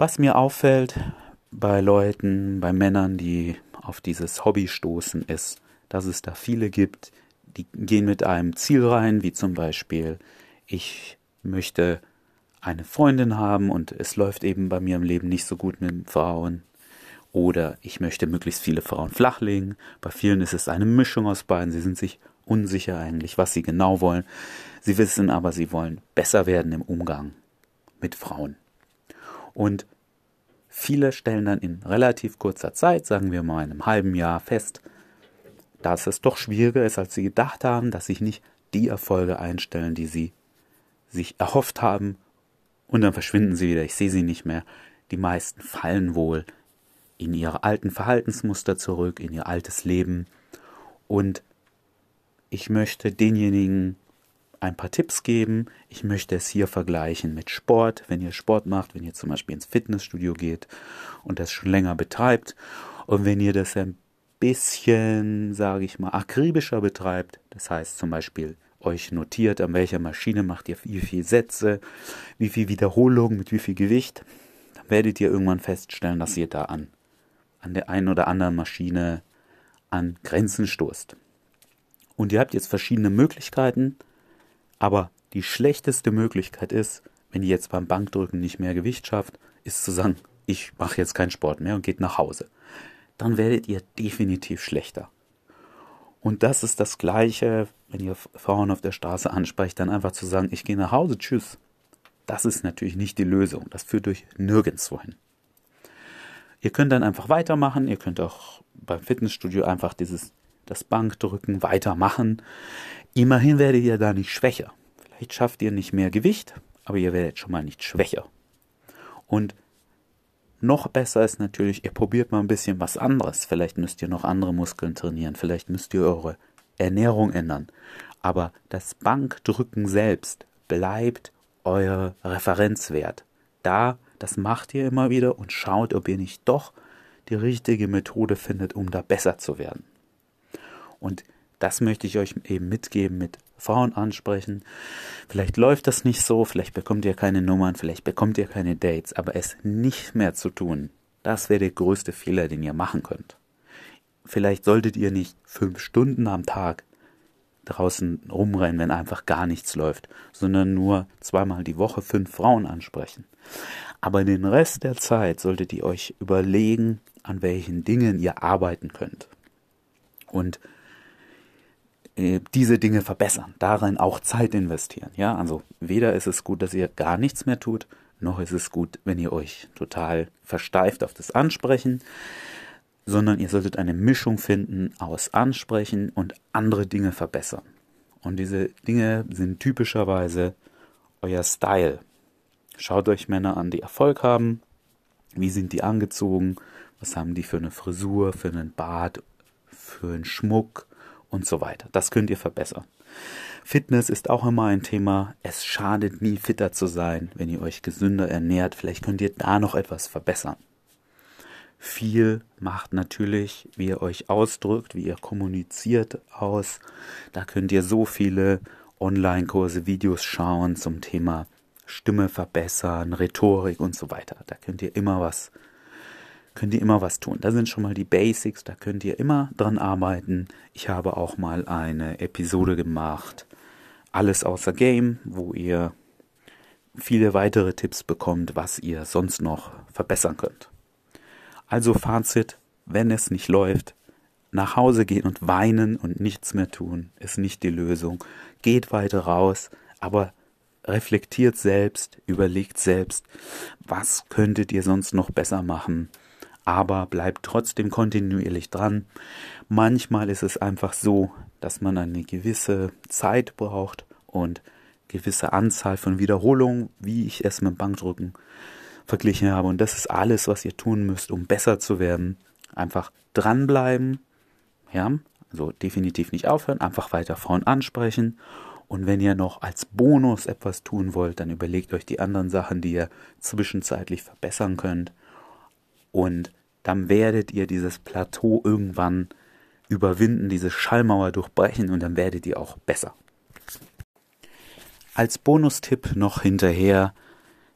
Was mir auffällt bei Leuten, bei Männern, die auf dieses Hobby stoßen, ist, dass es da viele gibt, die gehen mit einem Ziel rein, wie zum Beispiel, ich möchte eine Freundin haben und es läuft eben bei mir im Leben nicht so gut mit Frauen. Oder ich möchte möglichst viele Frauen flachlegen. Bei vielen ist es eine Mischung aus beiden. Sie sind sich unsicher eigentlich, was sie genau wollen. Sie wissen aber, sie wollen besser werden im Umgang mit Frauen. Und viele stellen dann in relativ kurzer Zeit, sagen wir mal in einem halben Jahr, fest, dass es doch schwieriger ist, als sie gedacht haben, dass sich nicht die Erfolge einstellen, die sie sich erhofft haben. Und dann verschwinden sie wieder, ich sehe sie nicht mehr. Die meisten fallen wohl in ihre alten Verhaltensmuster zurück, in ihr altes Leben. Und ich möchte denjenigen ein paar Tipps geben. Ich möchte es hier vergleichen mit Sport. Wenn ihr Sport macht, wenn ihr zum Beispiel ins Fitnessstudio geht und das schon länger betreibt und wenn ihr das ein bisschen, sage ich mal, akribischer betreibt, das heißt zum Beispiel euch notiert, an welcher Maschine macht ihr wie viele Sätze, wie viel Wiederholungen, mit wie viel Gewicht, dann werdet ihr irgendwann feststellen, dass ihr da an der einen oder anderen Maschine an Grenzen stoßt. Und ihr habt jetzt verschiedene Möglichkeiten, aber die schlechteste Möglichkeit ist, wenn ihr jetzt beim Bankdrücken nicht mehr Gewicht schafft, ist zu sagen, ich mache jetzt keinen Sport mehr und geht nach Hause. Dann werdet ihr definitiv schlechter. Und das ist das Gleiche, wenn ihr Frauen auf der Straße ansprecht, dann einfach zu sagen, ich gehe nach Hause, tschüss. Das ist natürlich nicht die Lösung. Das führt euch nirgendwo hin. Ihr könnt dann einfach weitermachen. Ihr könnt auch beim Fitnessstudio einfach das Bankdrücken weitermachen. Immerhin werdet ihr da nicht schwächer. Vielleicht schafft ihr nicht mehr Gewicht, aber ihr werdet schon mal nicht schwächer. Und noch besser ist natürlich, ihr probiert mal ein bisschen was anderes. Vielleicht müsst ihr noch andere Muskeln trainieren. Vielleicht müsst ihr eure Ernährung ändern. Aber das Bankdrücken selbst bleibt euer Referenzwert. Das macht ihr immer wieder und schaut, ob ihr nicht doch die richtige Methode findet, um da besser zu werden. Und das möchte ich euch eben mitgeben, mit Frauen ansprechen. Vielleicht läuft das nicht so, vielleicht bekommt ihr keine Nummern, vielleicht bekommt ihr keine Dates, aber es nicht mehr zu tun, das wäre der größte Fehler, den ihr machen könnt. Vielleicht solltet ihr nicht 5 Stunden am Tag draußen rumrennen, wenn einfach gar nichts läuft, sondern nur 2-mal die Woche 5 Frauen ansprechen. Aber den Rest der Zeit solltet ihr euch überlegen, an welchen Dingen ihr arbeiten könnt. Und diese Dinge verbessern, darin auch Zeit investieren. Ja, also weder ist es gut, dass ihr gar nichts mehr tut, noch ist es gut, wenn ihr euch total versteift auf das Ansprechen, sondern ihr solltet eine Mischung finden aus Ansprechen und andere Dinge verbessern. Und diese Dinge sind typischerweise euer Style. Schaut euch Männer an, die Erfolg haben. Wie sind die angezogen? Was haben die für eine Frisur, für einen Bart, für einen Schmuck und so weiter. Das könnt ihr verbessern. Fitness ist auch immer ein Thema. Es schadet nie, fitter zu sein, wenn ihr euch gesünder ernährt. Vielleicht könnt ihr da noch etwas verbessern. Viel macht natürlich, wie ihr euch ausdrückt, wie ihr kommuniziert aus. Da könnt ihr so viele Online-Kurse, Videos schauen zum Thema Stimme verbessern, Rhetorik und so weiter. Da könnt ihr immer was tun. Da sind schon mal die Basics, da könnt ihr immer dran arbeiten. Ich habe auch mal eine Episode gemacht, alles außer Game, wo ihr viele weitere Tipps bekommt, was ihr sonst noch verbessern könnt. Also Fazit, wenn es nicht läuft, nach Hause gehen und weinen und nichts mehr tun, ist nicht die Lösung. Geht weiter raus, aber reflektiert selbst, überlegt selbst, was könntet ihr sonst noch besser machen, aber bleibt trotzdem kontinuierlich dran. Manchmal ist es einfach so, dass man eine gewisse Zeit braucht und gewisse Anzahl von Wiederholungen, wie ich es mit dem Bankdrücken verglichen habe. Und das ist alles, was ihr tun müsst, um besser zu werden. Einfach dranbleiben, ja, also definitiv nicht aufhören, einfach weiter Frauen ansprechen. Und wenn ihr noch als Bonus etwas tun wollt, dann überlegt euch die anderen Sachen, die ihr zwischenzeitlich verbessern könnt. Und dann werdet ihr dieses Plateau irgendwann überwinden, diese Schallmauer durchbrechen und dann werdet ihr auch besser. Als Bonustipp noch hinterher,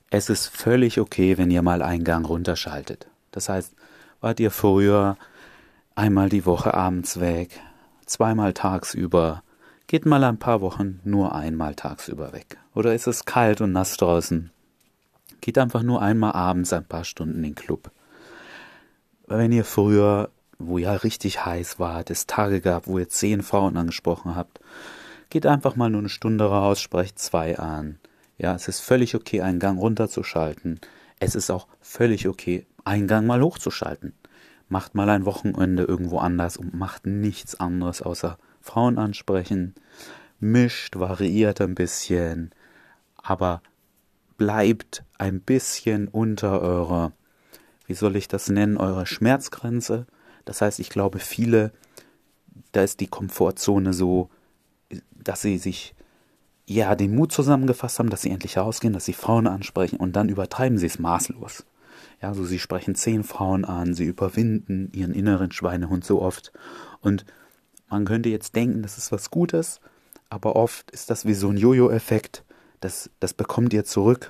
Es ist völlig okay, wenn ihr mal einen Gang runterschaltet. Das heißt, wart ihr früher einmal die Woche abends weg, zweimal tagsüber, geht mal ein paar Wochen nur einmal tagsüber weg. Oder ist es kalt und nass draußen? Geht einfach nur einmal abends ein paar Stunden in den Club. Wenn ihr früher, wo ja richtig heiß war, es Tage gab, wo ihr 10 Frauen angesprochen habt, geht einfach mal nur eine Stunde raus, sprecht 2 an. Ja, es ist völlig okay, einen Gang runterzuschalten. Es ist auch völlig okay, einen Gang mal hochzuschalten. Macht mal ein Wochenende irgendwo anders und macht nichts anderes außer Frauen ansprechen. Mischt, variiert ein bisschen, aber bleibt ein bisschen unter eurer, wie soll ich das nennen, eurer Schmerzgrenze. Das heißt, ich glaube, viele, da ist die Komfortzone so, dass sie sich ja den Mut zusammengefasst haben, dass sie endlich rausgehen, dass sie Frauen ansprechen und dann übertreiben sie es maßlos. Ja, so sie sprechen 10 Frauen an, sie überwinden ihren inneren Schweinehund so oft und man könnte jetzt denken, das ist was Gutes, aber oft ist das wie so ein Jojo-Effekt, das bekommt ihr zurück,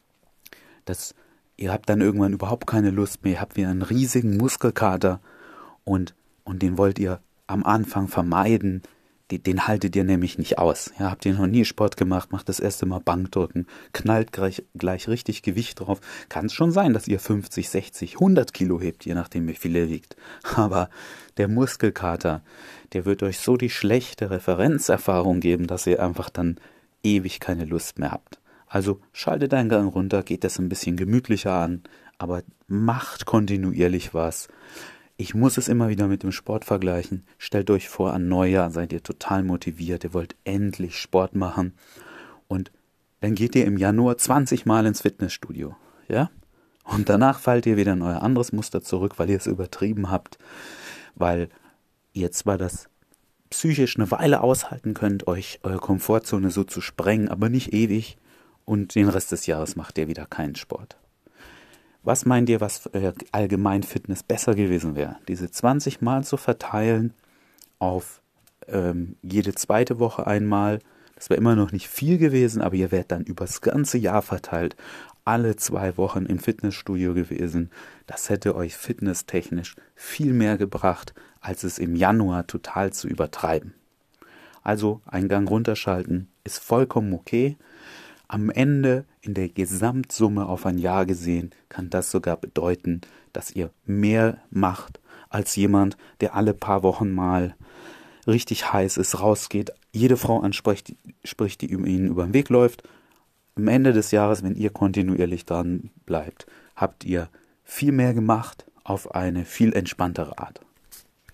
ihr habt dann irgendwann überhaupt keine Lust mehr, ihr habt wieder einen riesigen Muskelkater und den wollt ihr am Anfang vermeiden. Den haltet ihr nämlich nicht aus. Ja, habt ihr noch nie Sport gemacht, macht das erste Mal Bankdrücken, knallt gleich richtig Gewicht drauf. Kann es schon sein, dass ihr 50, 60, 100 Kilo hebt, je nachdem wie viel ihr wiegt. Aber der Muskelkater, der wird euch so die schlechte Referenzerfahrung geben, dass ihr einfach dann ewig keine Lust mehr habt. Also schaltet einen Gang runter, geht das ein bisschen gemütlicher an, aber macht kontinuierlich was. Ich muss es immer wieder mit dem Sport vergleichen. Stellt euch vor, an Neujahr seid ihr total motiviert, ihr wollt endlich Sport machen und dann geht ihr im Januar 20 Mal ins Fitnessstudio, ja? Und danach fallt ihr wieder in euer anderes Muster zurück, weil ihr es übertrieben habt, weil ihr zwar das psychisch eine Weile aushalten könnt, euch eure Komfortzone so zu sprengen, aber nicht ewig und den Rest des Jahres macht ihr wieder keinen Sport. Was meint ihr, was allgemein Fitness besser gewesen wäre? Diese 20 Mal zu verteilen auf jede zweite Woche einmal, das wäre immer noch nicht viel gewesen, aber ihr wärt dann übers ganze Jahr verteilt, alle 2 Wochen im Fitnessstudio gewesen. Das hätte euch fitnesstechnisch viel mehr gebracht, als es im Januar total zu übertreiben. Also einen Gang runterschalten ist vollkommen okay. Am Ende, in der Gesamtsumme auf ein Jahr gesehen, kann das sogar bedeuten, dass ihr mehr macht als jemand, der alle paar Wochen mal richtig heiß ist, rausgeht, jede Frau anspricht, die ihnen über den Weg läuft. Am Ende des Jahres, wenn ihr kontinuierlich dran bleibt, habt ihr viel mehr gemacht auf eine viel entspanntere Art.